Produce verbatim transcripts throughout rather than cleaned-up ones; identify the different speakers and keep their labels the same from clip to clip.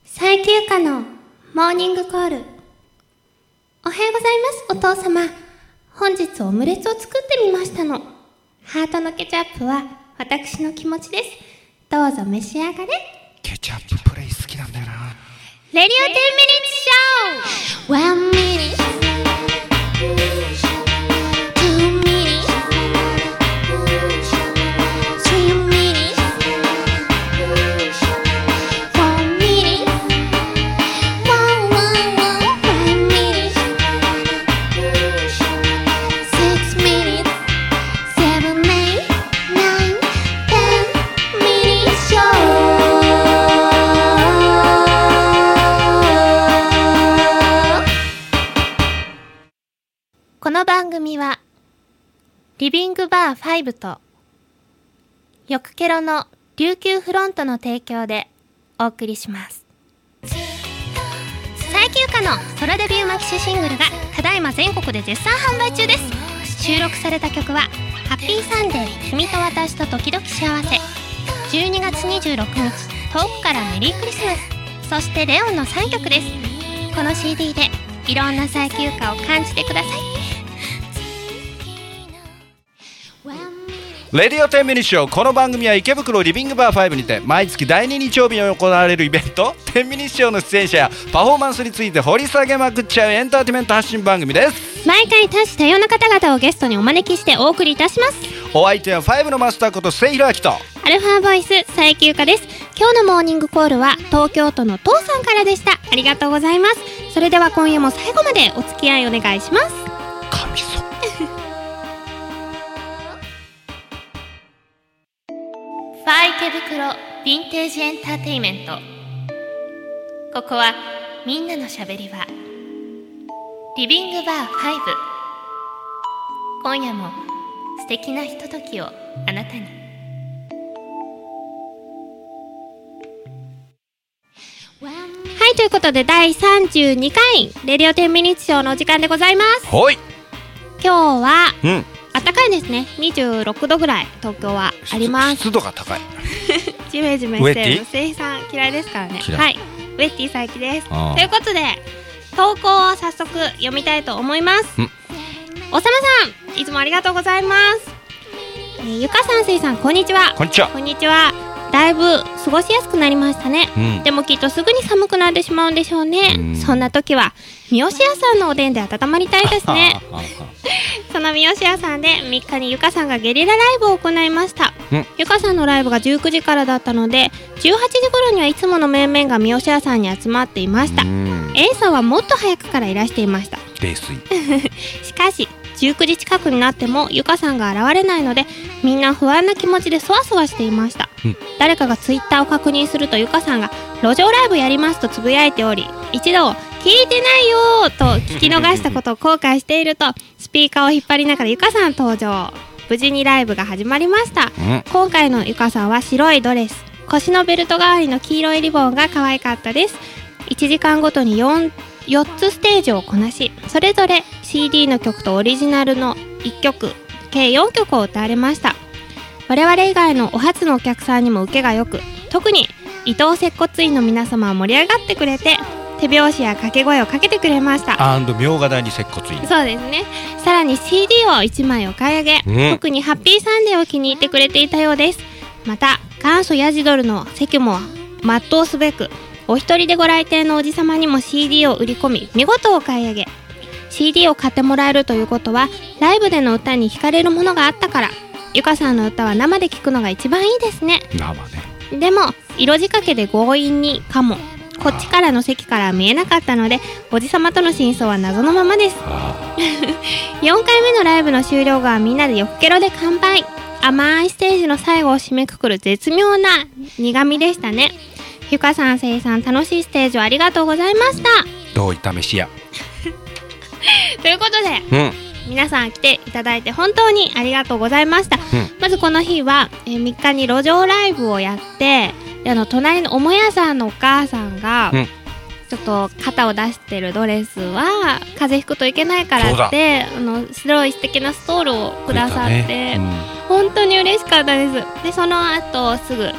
Speaker 1: 最休暇のモーニングコール。おはようございますお父様。本日オムレツを作ってみましたの。ハートのケチャップは私の気持ちです。どうぞ召し上がれ。
Speaker 2: ケチャッププレイ好きなんだよな。
Speaker 1: レディオテンミニッツショー。ワンミニッツこの番組はリビングバーファイブとよくケロの琉球フロントの提供でお送りします。最休暇のソロデビューマキシシングルがただいま全国で絶賛販売中です。収録された曲はハッピーサンデー君と私と時々幸せ、じゅうにがつにじゅうろくにち遠くからメリークリスマス、そしてレオンのさんきょくです。この シーディー でいろんな最休暇を感じてください。
Speaker 2: レディオテンミニッツショー。この番組は池袋リビングバーファイブにて毎月だいに日曜日に行われるイベントテンミニッツショーの出演者やパフォーマンスについて掘り下げまくっちゃうエンターテインメント発信番組です。
Speaker 1: 毎回多種多様な方々をゲストにお招きしてお送りいたします。
Speaker 2: お相手はファイブのマスターこと末広明と
Speaker 1: アルファボイス最休暇です。今日のモーニングコールは東京都の父さんからでした。ありがとうございます。それでは今夜も最後までお付き合いお願いします。
Speaker 2: 神様
Speaker 1: ファイ池袋ヴィンテージエンターテイメント。ここはみんなのしゃべり場リビングバーファイブ。今夜も素敵なひとときをあなたに。はい、ということでだいさんじゅうにかいレディオテンミニッツショーのお時間でございます。
Speaker 2: はい。
Speaker 1: 今日は、
Speaker 2: うん
Speaker 1: 暖かいですね。にじゅうろくどぐらい東京はあります。
Speaker 2: 湿度が高い
Speaker 1: ジメジメしてる生産嫌いですからね。はい、ウェッティ佐伯です。ということで投稿を早速読みたいと思います。おさまさん、いつもありがとうございます。えー、ゆかさん、せいさん、こんにちは。
Speaker 2: こんにちは。
Speaker 1: こんにちは。だいぶ過ごしやすくなりましたね、うん、でもきっとすぐに寒くなってしまうんでしょうね、うん、そんな時は三好屋さんのおでんで温まりたいですねその三好屋さんでみっかにゆかさんがゲリラライブを行いました。ゆかさんのライブがじゅうくじからだったのでじゅうはちじ頃にはいつもの面々が三好屋さんに集まっていました。 A さんはもっと早くからいらしていました。
Speaker 2: 泥酔
Speaker 1: しかしじゅうくじ近くになってもゆかさんが現れないのでみんな不安な気持ちでそわそわしていました、うん、誰かがツイッターを確認するとゆかさんが路上ライブやりますとつぶやいており、一度聞いてないよーと聞き逃したことを後悔しているとスピーカーを引っ張りながらゆかさん登場。無事にライブが始まりました、うん、今回のゆかさんは白いドレス、腰のベルト代わりの黄色いリボンが可愛かったです。いちじかんごとに 4, よっつステージをこなし、それぞれ シーディー の曲とオリジナルのいっきょく計よんきょくを歌われました。我々以外のお初のお客さんにも受けがよく、特に伊藤接骨院の皆様は盛り上がってくれて手拍子や掛け声をかけてくれました。
Speaker 2: アンド明賀大に接骨院。
Speaker 1: そうですね。さらに シーディー をいちまいお買い上げ、うん、特にハッピーサンデーを気に入ってくれていたようです。また元祖ヤジドルの責務を全うすべくお一人でご来店のおじさまにも シーディー を売り込み見事お買い上げ。 シーディー を買ってもらえるということはライブでの歌に惹かれるものがあったから、ゆかさんの歌は生で聴くのが一番いいですね。
Speaker 2: 生ね。で
Speaker 1: も色仕掛けで強引にかもこっちからの席からは見えなかったのでおじさまとの真相は謎のままですよんかいめのライブの終了後はみんなでよくケロで乾杯。甘いステージの最後を締めくくる絶妙な苦味でしたね。ゆかさん、せいさん、楽しいステージをありがとうございました。
Speaker 2: どういった飯や
Speaker 1: ということで、うん、皆さん来ていただいて本当にありがとうございました、うん、まずこの日は、えー、みっかに路上ライブをやってあの隣の母屋さんのお母さんが、うん、ちょっと肩を出してるドレスは風邪ひくといけないからってあの白い素敵なストールをくださって、ねうん、本当に嬉しかったです。でその後すぐ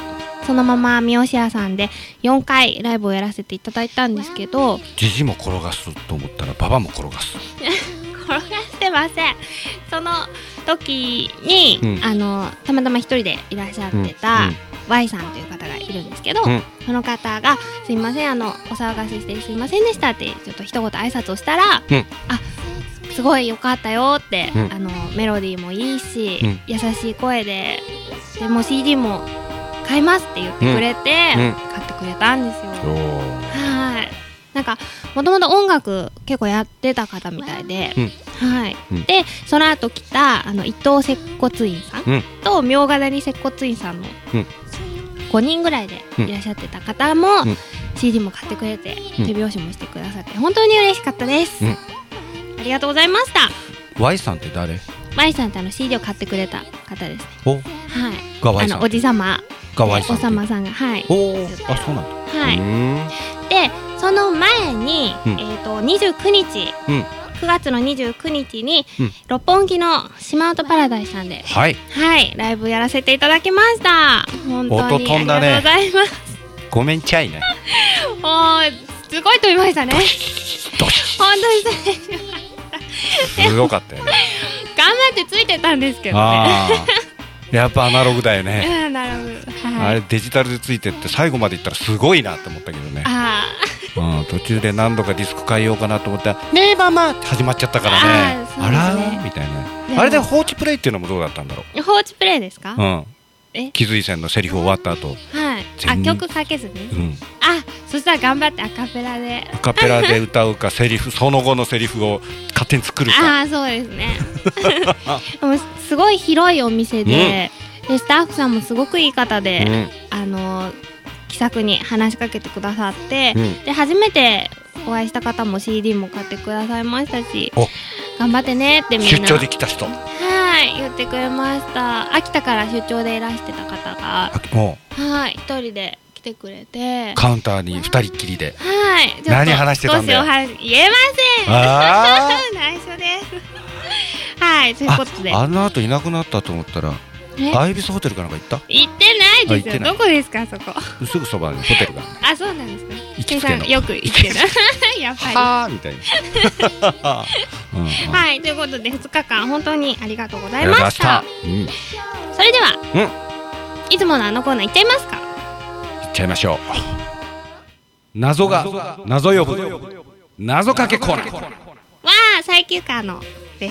Speaker 1: そのまま三好屋さんでよんかいライブをやらせていただいたんですけど、
Speaker 2: ジジも転がすと思ったらババも転がす
Speaker 1: 転がしてません。その時に、うん、あのたまたま一人でいらっしゃってた、うんうん、Y さんという方がいるんですけど、うん、その方がすいません、あのお騒がせしてすいませんでしたってちょっと一言挨拶をしたら、うん、あすごい良かったよって、うん、あのメロディーもいいし、うん、優しい声で、でも シーディー も買いますって言ってくれて、うん、買ってくれたんですよ。はい。なんかもともと音楽結構やってた方みたいで、うん、はい、うん、でその後来たあの伊藤接骨院さん、うん、と茗荷谷接骨院さんのごにんぐらいでいらっしゃってた方も、うん、シーディー も買ってくれて、うん、手拍子もしてくださって本当に嬉しかったです、うん、ありがとうございました。
Speaker 2: Y さんって誰？
Speaker 1: Y さんってあの シーディー を買ってくれた方ですね。
Speaker 2: お、はい、が Y さん、
Speaker 1: あのおじさま
Speaker 2: が Y さん、
Speaker 1: おさまさんが、はい、
Speaker 2: おあ、そうなんだ。
Speaker 1: はい。でその前に、うん、えーとにじゅうくにち、うん、くがつのにじゅうくにちに、うん、六本木のシマウトパラダイスさんで、はい、はい、ライブやらせていただきました。本当にありがとうございます。
Speaker 2: ごめんちゃいね。
Speaker 1: もうすごい飛びましたね。本当に失礼しました。
Speaker 2: すごかったよね。
Speaker 1: 頑張ってついてたんですけどね。
Speaker 2: やっぱアナログだよね。
Speaker 1: アナログ、はい、
Speaker 2: あれデジタルでついてって最後までいったらすごいなって思ったけどね。あ、うん、途中で何度かディスク変えようかなと思ったらねえママって始まっちゃったからね。あ, あらーみたいな。あれで放置プレイっていうのもどうだったんだろう。
Speaker 1: 放置プレイですか？
Speaker 2: うん。え、木髄線のセリフ終わった後、
Speaker 1: はい、あ、曲かけずに、うん、あ、そしたら頑張ってアカペラで
Speaker 2: アカペラで歌うかセリフその後のセリフを勝手に作るか。
Speaker 1: あ、そうですね。すごい広いお店で、うん、でスタッフさんもすごくいい方で、うん、あの気さくに話しかけてくださって、うん、で初めてお会いした方も シーディー も買ってくださいましたし、頑張ってねってみんな
Speaker 2: 出張で来た人、
Speaker 1: はい、言ってくれました。秋田から出張でいらしてた方が、はい、一人で来てくれて
Speaker 2: カウンターに二人っきりで、
Speaker 1: はい、
Speaker 2: 何話してたんだよ。
Speaker 1: 言えません。あ内緒です。はい、ということで
Speaker 2: あ, あの後いなくなったと思ったらアイビスホテルかなんか行った？
Speaker 1: 行ってないですよ。どこですかそこ？
Speaker 2: すぐそばにホテルが。
Speaker 1: あ、そうなんですね。
Speaker 2: 行きつけの
Speaker 1: よく行ってる。やっぱり。
Speaker 2: はーみたいな。
Speaker 1: うんうん、はい、ということでふつかかん本当にありがとうございました。うん、それでは、うん、いつものあのコーナー行っちゃいますか？
Speaker 2: 行っちゃいましょう。はい、謎が謎呼ぶ謎かけコーナー。わ
Speaker 1: あ、最休暇のです。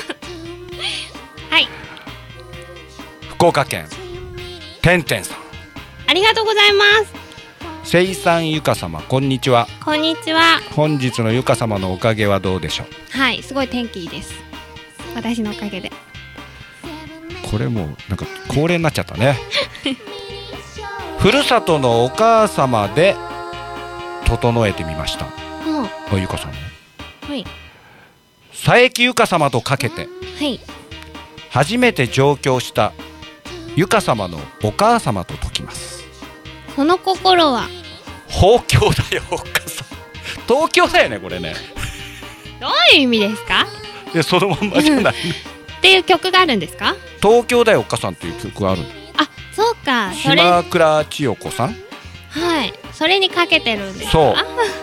Speaker 1: はい。
Speaker 2: 福岡県てんてんさん、
Speaker 1: ありがとうございます。
Speaker 2: せいさんゆか様、こんにちは。
Speaker 1: こんにちは。
Speaker 2: 本日のゆか様のおかげはどうでしょう？
Speaker 1: はい、すごい天気いいです。私のおかげで。
Speaker 2: これもうなんか恒例になっちゃったね。ふるさとのお母様で整えてみました。うん、ゆかさんも。はい。佐伯ゆか様とかけて、はい、初めて上京したゆか様のお母様と解きます。
Speaker 1: その心は
Speaker 2: 東京だよお母さん。東京だよねこれね。
Speaker 1: どういう意味ですか？
Speaker 2: いやそのまんまじゃない、うん、
Speaker 1: っていう曲があるんですか？
Speaker 2: 東京だよお母さんっていう曲がある。
Speaker 1: あ、そうか。
Speaker 2: 島倉千代子さん。
Speaker 1: はい、それにかけてるんですか？
Speaker 2: そう。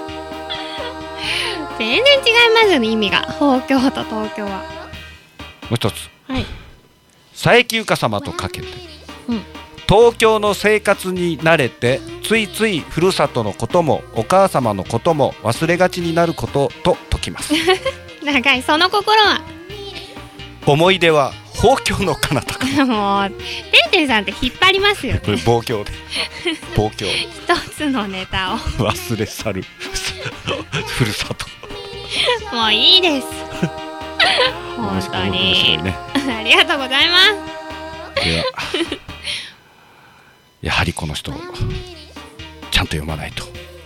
Speaker 1: 全然違いますよね意味が。東京と東京は。
Speaker 2: もう一つ。
Speaker 1: はい。
Speaker 2: 佐伯ゆか様とかけて、うん、東京の生活に慣れてついついふるさとのこともお母様のことも忘れがちになることと解きます。
Speaker 1: 長い。その心は
Speaker 2: 思い出は豊京の彼方か。
Speaker 1: もうてんてんさんって引っ張りますよね。
Speaker 2: 望郷で望郷
Speaker 1: 一つのネタを
Speaker 2: 忘れ去るふるさと。
Speaker 1: もういいです。本当に、ね、ありがとうございます。
Speaker 2: ではやはりこの人ちゃんと読まないと。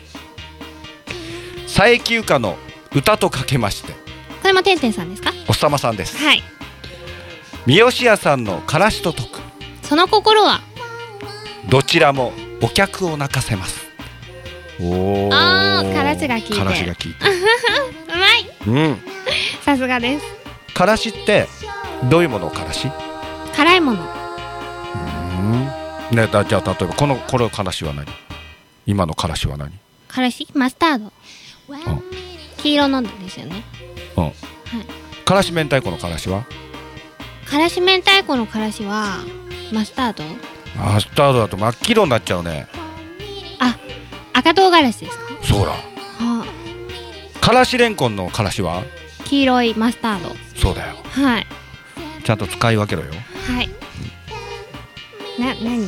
Speaker 2: 佐伯ゆかの歌とかけまして、
Speaker 1: これもてんてんさんですか？
Speaker 2: おっさまさんです。
Speaker 1: はい。
Speaker 2: 三好屋さんのからしと解く。
Speaker 1: その心は
Speaker 2: どちらもお客を泣かせます。おー、
Speaker 1: あー、からしが効いて
Speaker 2: からしが効いて
Speaker 1: うまい。うん、さすがです。
Speaker 2: からしってどういうものをからし？
Speaker 1: 辛いもの。う
Speaker 2: ーん、 ね、だじゃあ例えばこのこのからしは何？今のからしは何？
Speaker 1: からしマスタード、
Speaker 2: うん、
Speaker 1: 黄色のですよね。
Speaker 2: うん、はい。からし明太子のからしは？
Speaker 1: からし明太子のからしはマスタード？
Speaker 2: マスタードだと真っ黄色になっちゃうね。
Speaker 1: あ、赤唐辛子ですか？
Speaker 2: そうだ。はあ、からしれんこんのからしは？
Speaker 1: 黄色いマスタード。
Speaker 2: そうだよ。
Speaker 1: はい。
Speaker 2: ちゃんと使い分けろよ。
Speaker 1: はい。うん、な、何？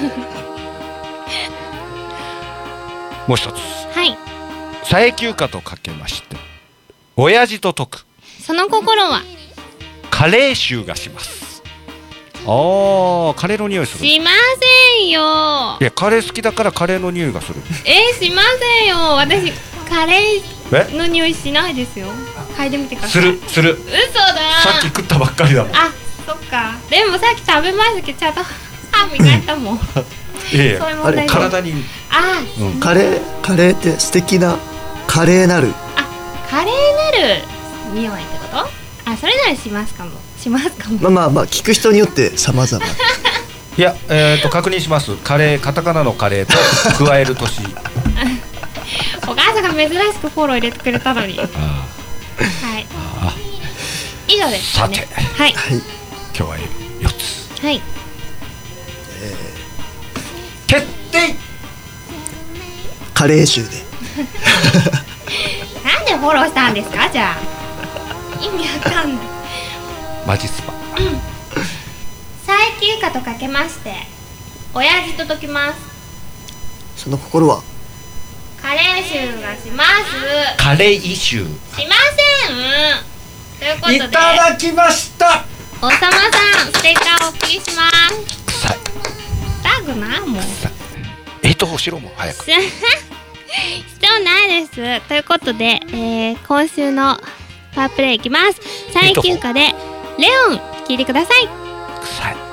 Speaker 2: もう一つ。
Speaker 1: はい。
Speaker 2: 佐恵休暇とかけまして親父と解く。
Speaker 1: その心は
Speaker 2: カレー臭がします。ああ、カレーの匂いする。
Speaker 1: しませんよ。
Speaker 2: いや、カレー好きだからカレーの匂いがする。
Speaker 1: えー、しませんよ。私カレーの匂いしないですよ。嗅いでみてください。
Speaker 2: するする。
Speaker 1: 嘘だ。
Speaker 2: さっき食ったばっかりだもん。
Speaker 1: あ、そっか。でもさっき食べましたけどちゃんと歯磨いたもん。
Speaker 2: いやいや、
Speaker 1: そういう問題。
Speaker 2: 体に。
Speaker 1: あ、
Speaker 3: うん、カレーカレーって素敵なカレーなる。
Speaker 1: あ、カレーなる匂いってこと？あ、それならしますかも。しますかも。
Speaker 3: まあまあまあ聞く人によって様々。
Speaker 2: いや、えーと確認します。カレー、カタカナのカレーと加える年。
Speaker 1: お母さんが珍しくフォロー入れてくれたのに。はい。
Speaker 2: あ
Speaker 1: 以上ですかね。
Speaker 2: さて、
Speaker 1: はい。
Speaker 3: はい。
Speaker 2: 今日はよっつ。
Speaker 1: はい。
Speaker 2: 決定。
Speaker 3: カレー臭で。
Speaker 1: なんでフォローしたんですか、じゃあ。意味わかんない。
Speaker 2: マジスパ。
Speaker 1: うん。佐恵休暇とかけまして親父と解きます。
Speaker 3: その心は
Speaker 1: カレー臭がします。
Speaker 2: カレー臭。し
Speaker 1: ません。ということで、
Speaker 2: いただきました。
Speaker 1: おさまさん、ステッカーをお送りします。
Speaker 2: 臭い。
Speaker 1: タグな、もう。
Speaker 2: えっと、しろも早く。
Speaker 1: 必要ないです。ということで、えー、今週のパワープレイいきます。佐恵休暇でレオン聞いてください。
Speaker 2: 臭い。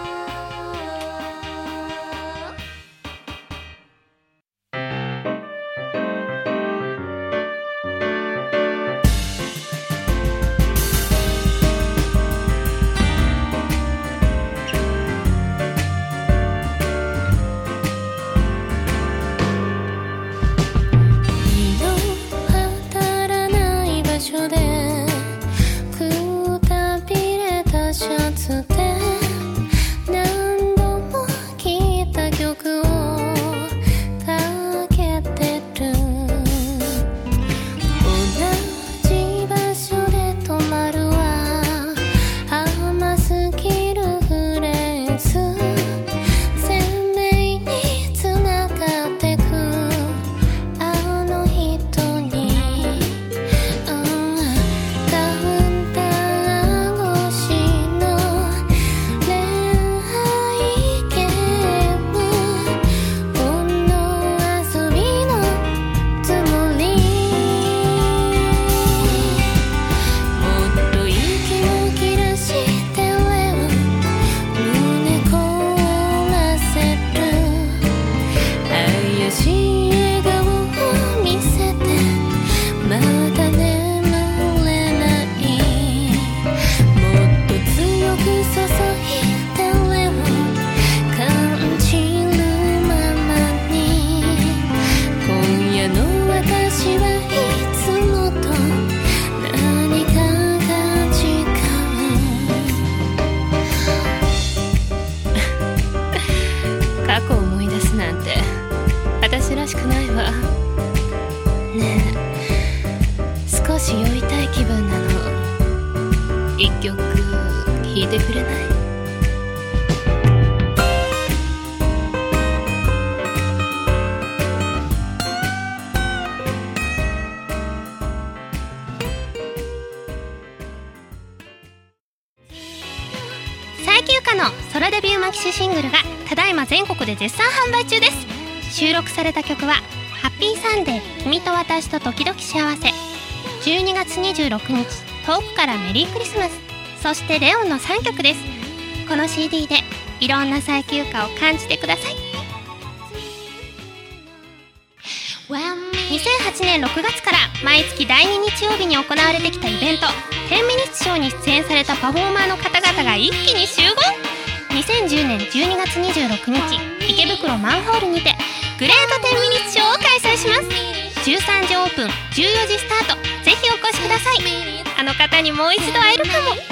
Speaker 1: シングルがただいま全国で絶賛販売中です。収録された曲はハッピーサンデー、君と私と時々幸せ、じゅうにがつにじゅうろくにち遠くからメリークリスマス、そしてレオンのさんきょくです。この シーディー でいろんな佐恵休暇を感じてください。にせんはちねんろくがつから毎月だいに日曜日に行われてきたイベントじゅうミニッツショーに出演されたパフォーマーの方々が一気に集合。にせんじゅうねんじゅうにがつにじゅうろくにち池袋マンホールにてグレートテンミニッツショーを開催します。じゅうさんじオープン、じゅうよじスタート。ぜひお越しください。あの方にもう一度会えるかも。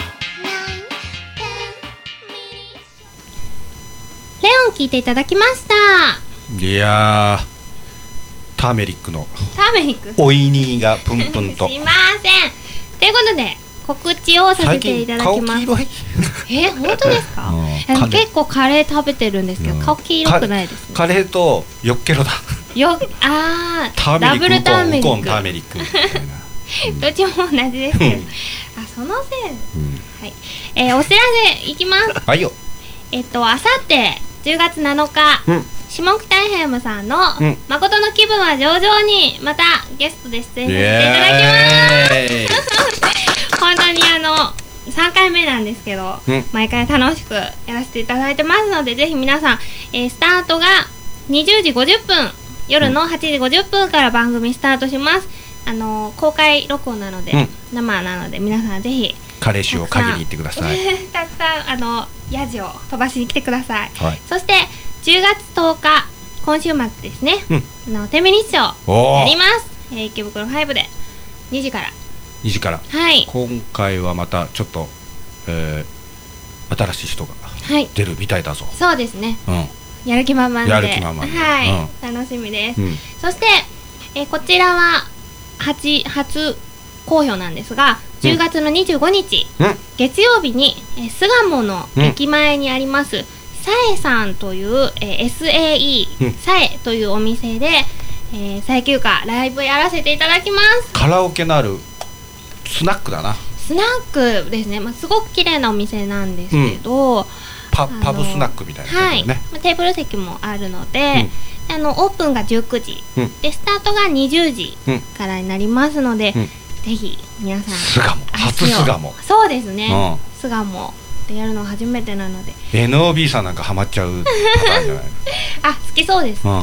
Speaker 1: レオン聞いていただきました。
Speaker 2: いやー、ターメリックの
Speaker 1: ターメリック
Speaker 2: おいにがプンプンと
Speaker 1: すいません。ということで告知をさせていただきます。
Speaker 2: 最近顔黄色い
Speaker 1: え、本当ですか？
Speaker 2: うん、
Speaker 1: あの結構カレー食べてるんですけど、うん、顔黄色くないですね。
Speaker 2: カレーとよっけろだ
Speaker 1: よ、あー、
Speaker 2: ダブル
Speaker 1: ターメリック、
Speaker 2: ウコンターメリックみたいな、
Speaker 1: うん、どっちも同じですけどあ、そのせい、うん、はい、えー、お知らせいきます。
Speaker 2: はいよ。
Speaker 1: えっとあさってじゅうがつなのか、うん、下北 エフエム さんの、うん、誠の気分は上々にまたゲストで出演させていただきます本当にあのさんかいめなんですけど、うん、毎回楽しくやらせていただいてますので、ぜひ皆さん、えー、スタートがにじゅうじごじゅっぷん、夜のはちじごじゅっぷんから番組スタートします。あの公開録音なので、うん、生なので皆さんぜひ
Speaker 2: カレー臭を嗅ぎに行ってください
Speaker 1: たくさんあのヤジを飛ばしに来てください、
Speaker 2: はい、
Speaker 1: そしてじゅうがつとおか、今週末ですね、うん、あのテンミニッツショーやります、えー、池袋ファイブでにじから
Speaker 2: にじから、
Speaker 1: はい、
Speaker 2: 今回はまたちょっと、えー、新しい人が出るみたいだぞ、はい、
Speaker 1: そうですね、
Speaker 2: うん、
Speaker 1: やる気満々で、
Speaker 2: やる気満々で、
Speaker 1: はい、
Speaker 2: うん、
Speaker 1: 楽しみです、
Speaker 2: うん、
Speaker 1: そして、えー、こちらは初好評なんですが、じゅうがつのにじゅうごにち、うん、月曜日に、えー、巣鴨の駅前にあります、うん、さえさんという、えー、エスエーイー、さえというお店で、えー、最休暇ライブやらせていただきます。
Speaker 2: カラオケのあるスナックだな。
Speaker 1: スナックですね、まあ、すごく綺麗なお店なんですけど、うん、
Speaker 2: パ, パブスナックみたいな、ね、はい、
Speaker 1: まあ、テーブル席もあるので、うん、あのオープンがじゅうくじ、うん、でスタートがにじゅうじからになりますので、うん、ぜひ皆さん
Speaker 2: 巣鴨、初巣鴨、
Speaker 1: そうですね、巣鴨でやるの初めてなので
Speaker 2: エヌオービー さんなんかハマっちゃうパターンじゃない
Speaker 1: あ、好きそうです、うん、はい、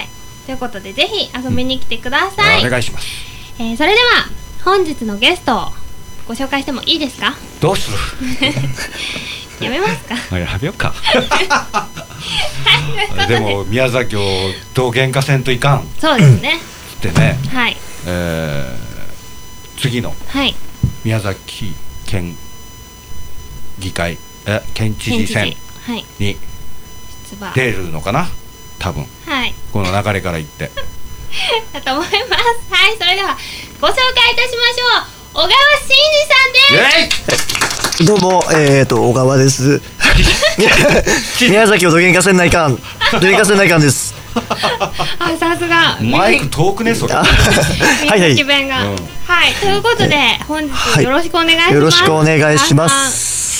Speaker 1: ということでぜひ遊びに来てください、
Speaker 2: うん、お願いします、
Speaker 1: えー、それでは本日のゲストをご紹介してもいいですか？
Speaker 2: どうする
Speaker 1: やめますか？
Speaker 2: あ、やめようかでも宮崎をどう喧嘩せんといかん。
Speaker 1: そうですね
Speaker 2: でね、
Speaker 1: はい、
Speaker 2: えー、次の宮崎県議会、え県知事選に出るのかな、多分、
Speaker 1: はい、
Speaker 2: この流れから言って
Speaker 1: だと思います。はい、それではご紹介いたしましょう。小川真二さんです。
Speaker 3: どうも、えーと小川です宮崎をどげんかせんないかんどげんかせんないかんです。
Speaker 1: あ、さすが
Speaker 2: マイク遠くね、それ
Speaker 3: はいはい、
Speaker 1: 宮崎弁が、うん、はい、ということで本日よろしくお願いします、はい、
Speaker 3: よろしくお願いします。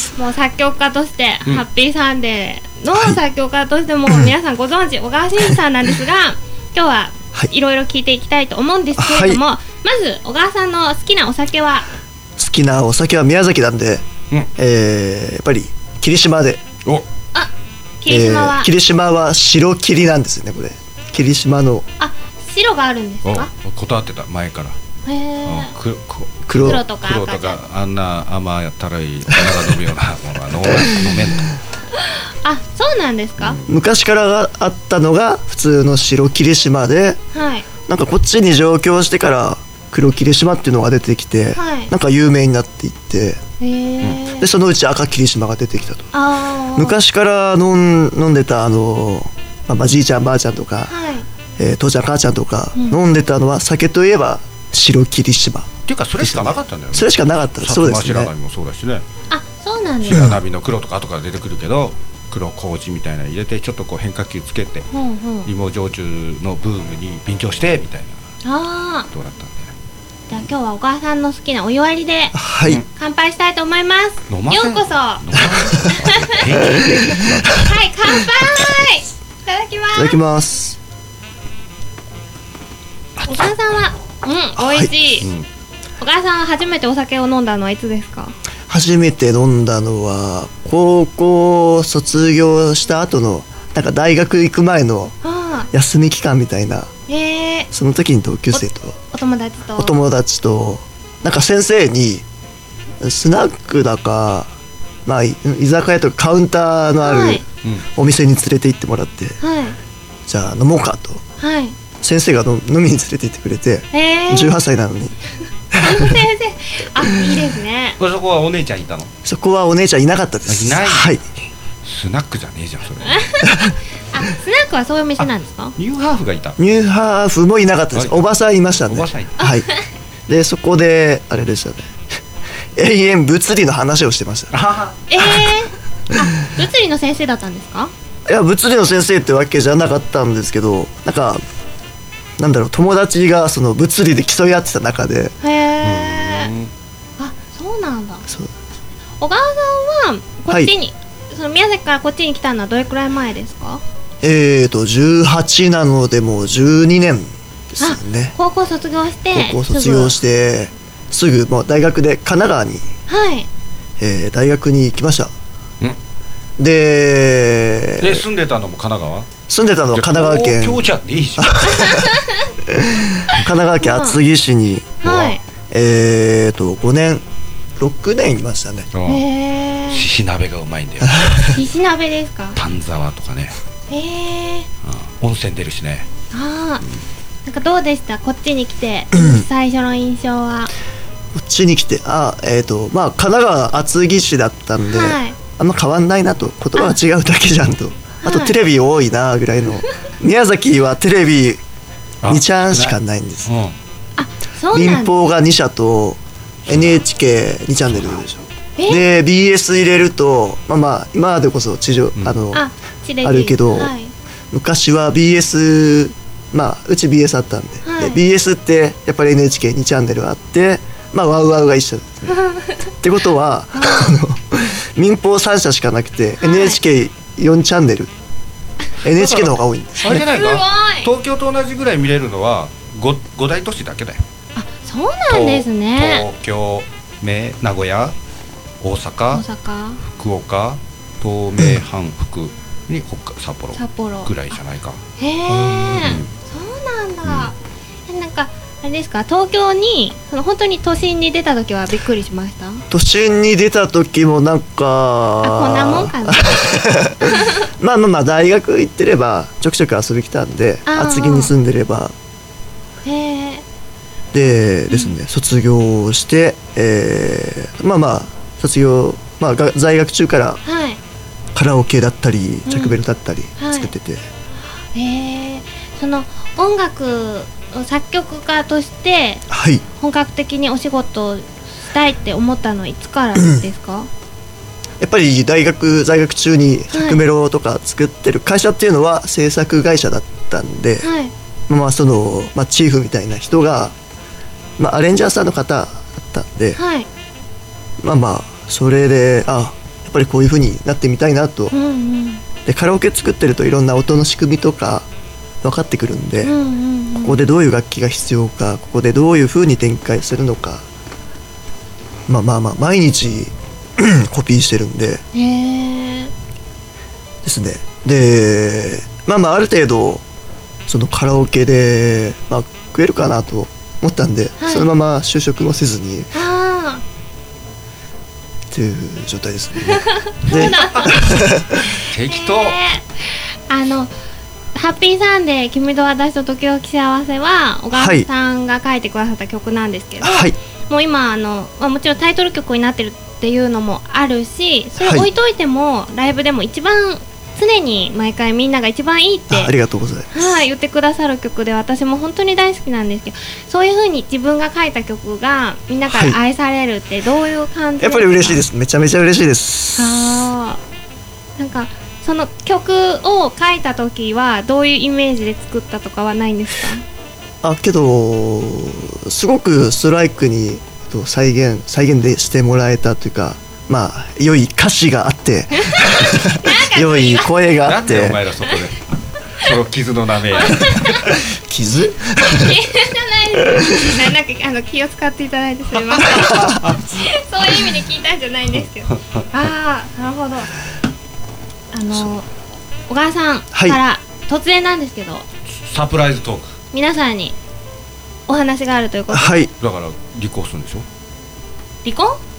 Speaker 1: もう作曲家として、うん、ハッピーサンデーの作曲家としても、はい、皆さんご存知小川真二さんなんですが今日は、はい、いろいろ聞いていきたいと思うんですけれども、はい、まず小川さんの好きなお酒は？
Speaker 3: 好きなお酒は宮崎なんで、うん、えー、やっぱり霧島で。
Speaker 2: お
Speaker 1: あ、霧島は、
Speaker 3: えー、霧島は白霧なんですよね、これ霧島の。
Speaker 1: あ、白があるんですか？
Speaker 2: 断ってた前から。
Speaker 1: へー、
Speaker 3: 黒,
Speaker 1: 黒, 黒とか
Speaker 2: 黒とかあんな甘やったらいい鼻が伸びようなものは飲めんと
Speaker 1: あ、そうなんですか？
Speaker 3: 昔からあったのが普通の白霧島で、
Speaker 1: はい、
Speaker 3: なんかこっちに上京してから黒霧島っていうのが出てきて、はい、なんか有名になっていって、
Speaker 1: へー、
Speaker 3: うん、でそのうち赤霧島が出てきたと。
Speaker 1: あ、
Speaker 3: 昔から飲 ん, 飲んでたあの、まあ、じいちゃんばあちゃんとか、はい、えー、父ちゃん母ちゃんとか、うん、飲んでたのは酒といえば白霧島
Speaker 2: っていうかそれしかなかったんだよね。
Speaker 3: それしかなかった。そうですね。
Speaker 2: 白髪もそうだしね。
Speaker 1: あ、そうなんです。
Speaker 2: 白髪の黒とか後から出てくるけど、黒麹みたいなの入れてちょっとこう変化球つけて、うんうん、芋焼酎のブームに便乗してみたいな。
Speaker 1: ああ、
Speaker 2: どうだったんだよ。
Speaker 1: じゃあ今日はお母さんの好きなお湯割りで、
Speaker 3: はい、
Speaker 1: 乾杯したいと思います。
Speaker 2: 飲ません。
Speaker 1: ようこそ。はい、乾杯。いただきます。
Speaker 3: いただきます。
Speaker 1: お母さんは、うん、美味しい、はい、うん、お母さんは初めてお酒を飲んだのはいつですか？
Speaker 3: 初めて飲んだのは高校卒業した後のなんか大学行く前の休み期間みたいな、
Speaker 1: へー、
Speaker 3: その時に同級生と
Speaker 1: お, お友達と
Speaker 3: お友達となんか先生にスナックだかまあ居酒屋とかカウンターのあるお店に連れて行ってもらって、
Speaker 1: はい、
Speaker 3: じゃあ飲もうかと、
Speaker 1: はい、
Speaker 3: 先生が飲みに連れて行ってくれて、
Speaker 1: えー、
Speaker 3: じゅうはっさいなのに
Speaker 1: 先生、あ、いいですね。
Speaker 2: そこはお姉ちゃんいたの？そ
Speaker 3: こはお姉ちゃんいなかったです。
Speaker 2: いない。
Speaker 3: はい。
Speaker 2: スナックじゃねえじゃんそれ。
Speaker 1: あ、スナックはそういうお店なんですか？
Speaker 2: ニューハーフがいた。
Speaker 3: ニューハーフもいなかったです。おばさんいましたね。
Speaker 2: おばさんいた。
Speaker 3: はい。でそこであれでしたね。永遠物理の話をしてました。
Speaker 1: えー、あ、物理の先生だったんですか？
Speaker 3: いや物理の先生ってわけじゃなかったんですけど、なんかなんだろう、友達がその物理で競い合ってた中で。
Speaker 1: へえ。あ、そうなんだ。そう。小川さんはこっちに、はい、その宮崎からこっちに来たのはどれくらい前ですか？
Speaker 3: えーとじゅうはちなのでもうじゅうにねんですよね。
Speaker 1: 高校卒業して
Speaker 3: 高校卒業してすぐもう大学で神奈川に、
Speaker 1: はい、
Speaker 3: えー、大学に行きました。
Speaker 2: ん
Speaker 3: で
Speaker 2: で住んでたのも神奈川？住
Speaker 3: んでたのは神奈川県。
Speaker 2: 東京じゃねえじゃん。
Speaker 3: 神奈川県厚木市に、
Speaker 1: はい、
Speaker 3: えーとごねんろくねんいましたね。
Speaker 1: へー、
Speaker 2: しし鍋がうまいんだよ。
Speaker 1: しし鍋ですか？
Speaker 2: 丹沢とかね。
Speaker 1: へー、
Speaker 2: うん、温泉出るしね。
Speaker 1: あ、うん、なんかどうでしたこっちに来て、最初の印象は？
Speaker 3: こっちに来て、あ、えーとまあ神奈川厚木市だったんで、はい、あんま変わんないなと、言葉が違うだけじゃんと、 あ, あとテレビ多いなぐらいの。宮崎はテレビにちゃんしかないんです。
Speaker 1: うん、あ、そうなんです。
Speaker 3: 民放がにしゃと エヌエイチケーに チャンネルでしょ。で ビーエス 入れると、まあまあ今でこそ地上、うん、あの あ, あるけど、はい、昔は ビーエス、まあうち ビーエス あったんで、はい、で ビーエス ってやっぱり エヌエイチケーに チャンネルあって、まあワウワウが一緒ですね。ってことはあの民放さんしゃしかなくて、はい、エヌエイチケーよん チャンネル、エヌエイチケー の方が多いんですね。
Speaker 2: あれじゃないか、東京と同じぐらい見れるのは 5, 5大都市だけだよ。
Speaker 1: あ、そうなんですね。
Speaker 2: 東京、名古屋、大阪、
Speaker 1: 大阪、
Speaker 2: 福岡、東名阪福に北札幌
Speaker 1: 札幌
Speaker 2: ぐらいじゃないか。
Speaker 1: へえ、うん、そうなんだ。うん、なんかあれですか、東京にその本当に都心に出た時はびっくりしました？
Speaker 3: 都心に出た時もなんか、
Speaker 1: あ、こんなもんかな。
Speaker 3: まあまあまあ大学行ってればちょくちょく遊び来たんで、厚木に住んでれば。
Speaker 1: へえ。
Speaker 3: でですね、うん、卒業して、えー、まあまあ卒業、まあ、在学中から、はい、カラオケだったり着ベルだったり作ってて、うん、
Speaker 1: はい、へえ。その音楽作曲家として本格的にお仕事をしたいって思ったのはいつからですか？うん、
Speaker 3: やっぱり大学在学中に着メロとか作ってる会社っていうのは制作会社だったんで、はい、まあその、まあ、チーフみたいな人が、まあ、アレンジャーさんの方だったんで、はい、まあまあそれで、あ、やっぱりこういう風になってみたいなと、うんうん、でカラオケ作ってるといろんな音の仕組みとか分かってくるんで、うんうんうん、ここでどういう楽器が必要か、ここでどういう風に展開するのか、まあまあまあ毎日コピーしてるんで、
Speaker 1: へー
Speaker 3: ですね。でまあまあある程度そのカラオケで、まあ、食えるかなと思ったんで、はい、そのまま就職もせずにっていう状態ですね。で
Speaker 2: 適当、
Speaker 1: えー、あのハッピーサンデー君と私と時々幸せは小川さんが書いてくださった曲なんですけど、はい、もう今あの、まあ、もちろんタイトル曲になってるっていうのもあるし、それ置いといても、はい、ライブでも一番常に毎回みんなが一番いいって
Speaker 3: あ, ありがとうございます、
Speaker 1: はい、言ってくださる曲で、私も本当に大好きなんですけど、そういう風に自分が書いた曲がみんなから愛されるってどういう感じですか？
Speaker 3: やっぱり嬉しいです。めちゃめちゃ嬉しいです。
Speaker 1: あ、なんかその曲を書いた時はどういうイメージで作ったとかはないんですか？
Speaker 3: あ、けどすごくストライクに再現再現でしてもらえたというか、まあ良い歌詞があって良い声があって。
Speaker 2: なんでお前らそこでその傷のなめや
Speaker 3: 傷？
Speaker 1: 傷じゃないです。なんかあの気を使っていただいてすみません。そういう意味で聞いたんじゃないんですけど。ああ、なるほど。あの小川さんから突然なんですけど、はい、
Speaker 2: サプライズトーク、
Speaker 1: 皆さんにお話があるということで、
Speaker 3: はい、
Speaker 2: だから離婚するんでしょ？
Speaker 1: 離婚？
Speaker 2: 離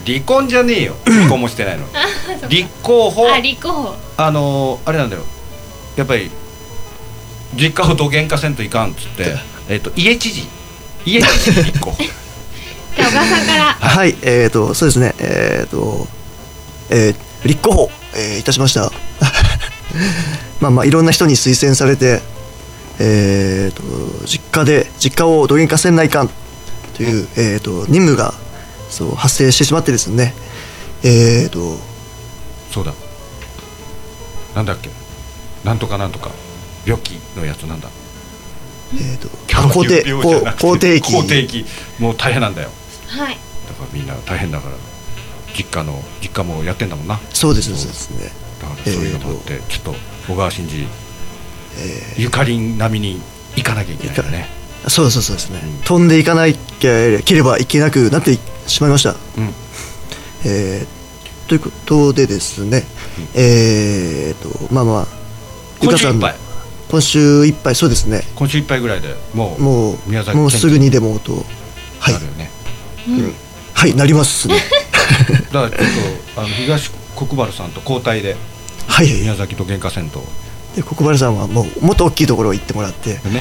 Speaker 2: 離婚じゃねえよ。離婚もしてないの。立候補。
Speaker 1: あ、立候補。
Speaker 2: あのー、あれなんだよ。やっぱり実家をどげんかせんといかんっつって、えっと家知事、家知事立候補。
Speaker 1: じゃあ小川さんから。
Speaker 3: はい、えっとそうですね、えっと、えー、立候補、えー、いたしました。まあまあいろんな人に推薦されて、えー、と実家で実家をどげんかせんないかんという、うん、えー、と任務がそう発生してしまってですね、えー、と
Speaker 2: そうだ、なんだっけ、なんとかなんとか病気のやつなんだ、
Speaker 3: えー、と肯定肯定期
Speaker 2: 肯定期もう大変なんだよ。
Speaker 1: はい。
Speaker 2: だからみんな大変だから実家の実家もやってんだもんな。
Speaker 3: そうですそうですね。
Speaker 2: だからそういうのもあって、えー、ちょっと小川真司、えー、ゆかりん並みに行かなきゃいけないよね。
Speaker 3: そうそうそうですね、うん、飛んでいかなければいけなくなってしまいました、うん、えー、ということでですね、うん、えーとまあまあ
Speaker 2: 今週いっぱい
Speaker 3: 今週いっぱいそうですね、
Speaker 2: 今週いっぱいぐらいでもう
Speaker 3: もう
Speaker 2: 宮崎
Speaker 3: もうすぐにでもと、はい、
Speaker 2: なるよね、
Speaker 3: うん、はい、なりますね。
Speaker 2: だからちょっとあの東国原さんと交代で、はい、宮崎と喧嘩せんと。
Speaker 3: で国原さんはもうもっと大きいところ行ってもらってね、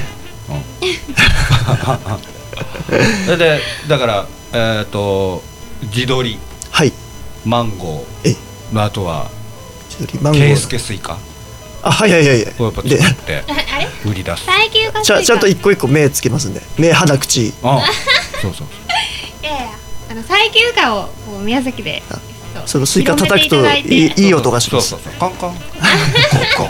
Speaker 2: うん、でだからえー、と地鶏、
Speaker 3: はい、
Speaker 2: マンゴー、えあとは
Speaker 3: 地鶏マンゴー、
Speaker 2: ケイスケスイカ、
Speaker 3: あ、はいはいはいはい、
Speaker 2: こうやっぱ作って売り出す。
Speaker 3: ちゃ, ちゃんと一個一個目つけますんで、目鼻口。
Speaker 2: ああそうそうそう。
Speaker 1: いやいや、あの最休暇をこう宮崎で
Speaker 3: そのスイカ叩くとい い, いい音がします。
Speaker 2: そうそうそう、カンカン。ここ。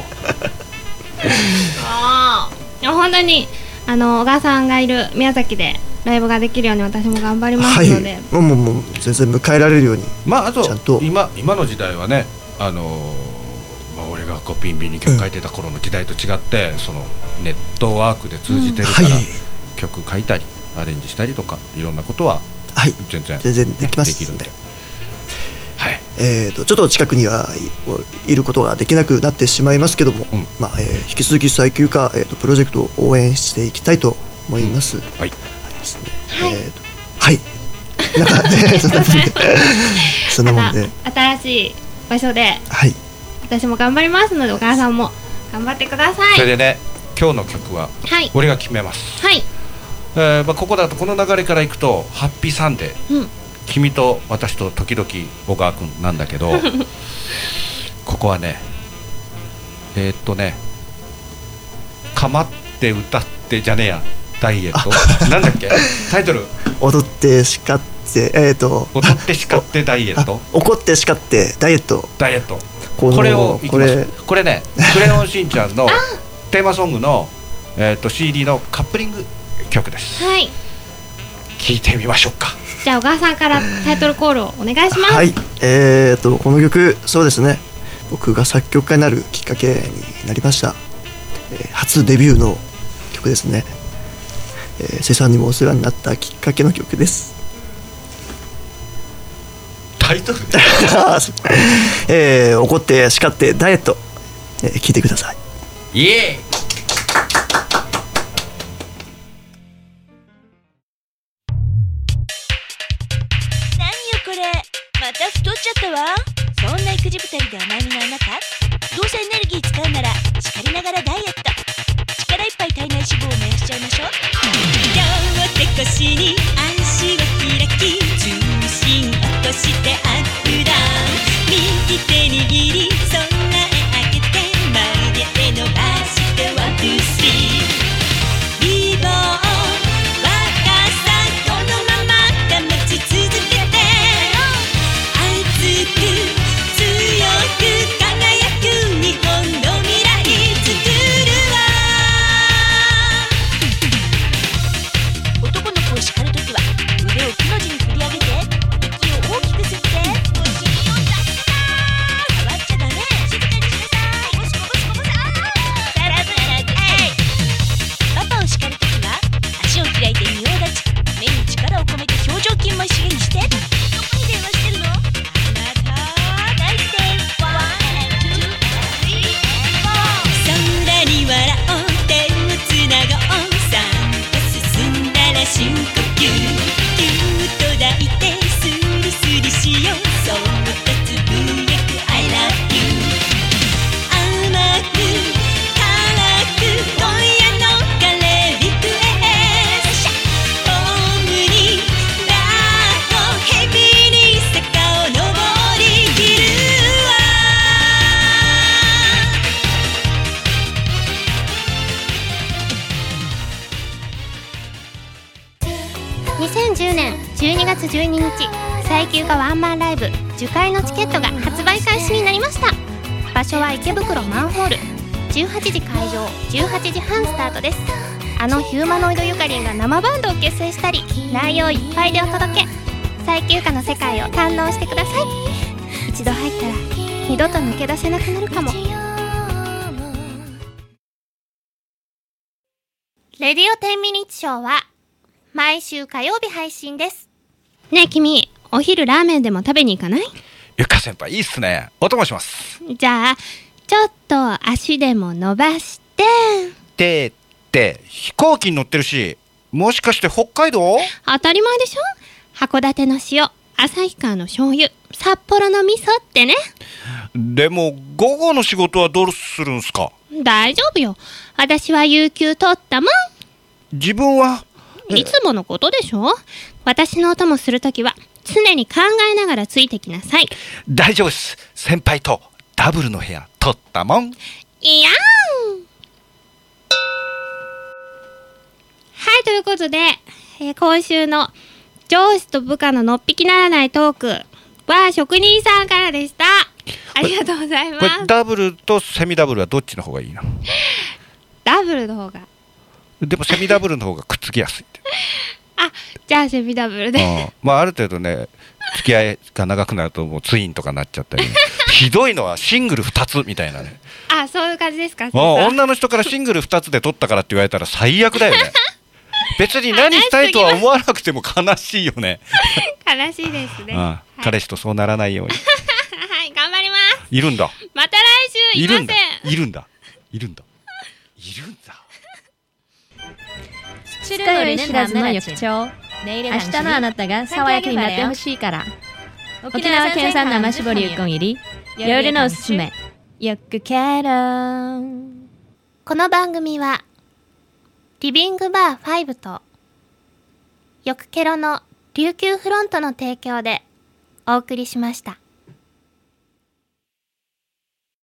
Speaker 1: ああ、本当にあの小川さんがいる宮崎でライブができるように私も頑張りますので、はい、
Speaker 3: もうもうもう全然迎えられるように。
Speaker 2: まああとちゃんと今今の時代はね、あのー、まあ俺がこうピンピンに曲書いてた頃の時代と違って、うん、そのネットワークで通じてるから、うん、はい、曲書いたりアレンジしたりとかいろんなことは全然、はい、全然
Speaker 3: できます
Speaker 2: できるんで。はい、
Speaker 3: えー、とちょっと近くにはいることができなくなってしまいますけども、うん、まあえー、引き続き最休暇、えー、とプロジェクトを応援していきたいと思います。うん、はい、ですね、はい、えー、とはいなんかねそんなもんでそんなもんで
Speaker 1: 新しい場所で、
Speaker 3: はい、
Speaker 1: 私も頑張りますのでお母さんも頑張ってください。
Speaker 2: それでね、今日の曲は俺が決めます。はい、えーまあ、ここだとこの流れからいくとハッピーサンデー、うん、君と私と時々小川くんなんだけどここはねえー、っとねかまって歌ってじゃねえやダイエットなんだっけタイトル、
Speaker 3: 踊って叱ってえー、っと
Speaker 2: 踊って叱ってダイエット、
Speaker 3: 怒って叱ってダイエット
Speaker 2: ダイエット、こ, これをいきます。これこれねクレヨンしんちゃんのテーマソングの、えー、っと シーディー のカップリング曲です。
Speaker 1: はい、
Speaker 2: 聞いてみましょうか。
Speaker 1: じゃあ小川さんからタイトルコールをお願いします。
Speaker 3: はい、えー、とこの曲そうですね、僕が作曲家になるきっかけになりました、えー、初デビューの曲ですね、えー、瀬さんにもお世話になったきっかけの曲です。
Speaker 2: タイトル
Speaker 3: えー、怒って叱ってダイエット、えー、聞いてください。
Speaker 2: イエーイ。
Speaker 4: また太っちゃったわ。そんな育児二人でお悩みのあなた、どうせエネルギー使うなら叱りながらダイエット、力いっぱい体内脂肪を燃やしちゃいましょう。両手腰に足を開き、重心落としてアップダウン、右手握り空へ上げて前へ伸ばしてワンツースリー、リボン深呼吸、ぎゅっと抱いてスリスリしよ
Speaker 1: にせんじゅうねんじゅうにがつじゅうににち、最休暇ワンマンライブ樹海のチケットが発売開始になりました。場所は池袋マンホール、じゅうはちじ会場、じゅうはちじはんスタートです。あのヒューマノイドゆかりんが生バンドを結成したり、内容いっぱいでお届け。最休暇の世界を堪能してください。一度入ったら二度と抜け出せなくなるかも。レディオテンミニッツショーは毎週火曜日配信です。ねえ君、お昼ラーメンでも食べに行かない？
Speaker 2: ゆか先輩いいっすね。お供します。
Speaker 1: じゃあちょっと足でも伸ばして。
Speaker 2: でって飛行機に乗ってるし、もしかして北海道？
Speaker 1: 当たり前でしょ。函館の塩、旭川の醤油、札幌の味噌ってね。
Speaker 2: でも午後の仕事はどうするんすか？
Speaker 1: 大丈夫よ、私は有給取ったもん。
Speaker 2: 自分はい
Speaker 1: つものことでしょ。私のお供するときは常に考えながらついてきなさい。
Speaker 2: 大丈夫です。先輩とダブルの部屋取ったもん。
Speaker 1: いやーん。はい、ということで、えー、今週の上司と部下ののっぴきならないトークは職人さんからでした。ありがとうございます。
Speaker 2: これダブルとセミダブルはどっちの方がいいの？
Speaker 1: ダブルの方が。
Speaker 2: でもセミダブルの方がくっつきやすいって
Speaker 1: あ、じゃあセミダブルで、
Speaker 2: うん、まあある程度ね付き合いが長くなるともうツインとかなっちゃったり、ね、ひどいのはシングルふたつみたいなね。
Speaker 1: あ、そういう感じですか。
Speaker 2: もう女の人からシングルふたつで取ったからって言われたら最悪だよね。別に何したいとは思わなくても悲しいよね。
Speaker 1: 悲しいですね、
Speaker 2: うん、はい、彼氏とそうならないように
Speaker 1: はい頑張ります。
Speaker 2: いるんだ。
Speaker 1: また来週いません。
Speaker 2: いるんだいるんだいるんだ。
Speaker 5: 知るより知らずの翌朝、明日のあなたが爽やかになってほしいから、沖縄県産生搾りうこん入り夜のおすすめよくケロ。
Speaker 1: この番組はリビングバーごとよくケロの琉球フロントの提供でお送りしました。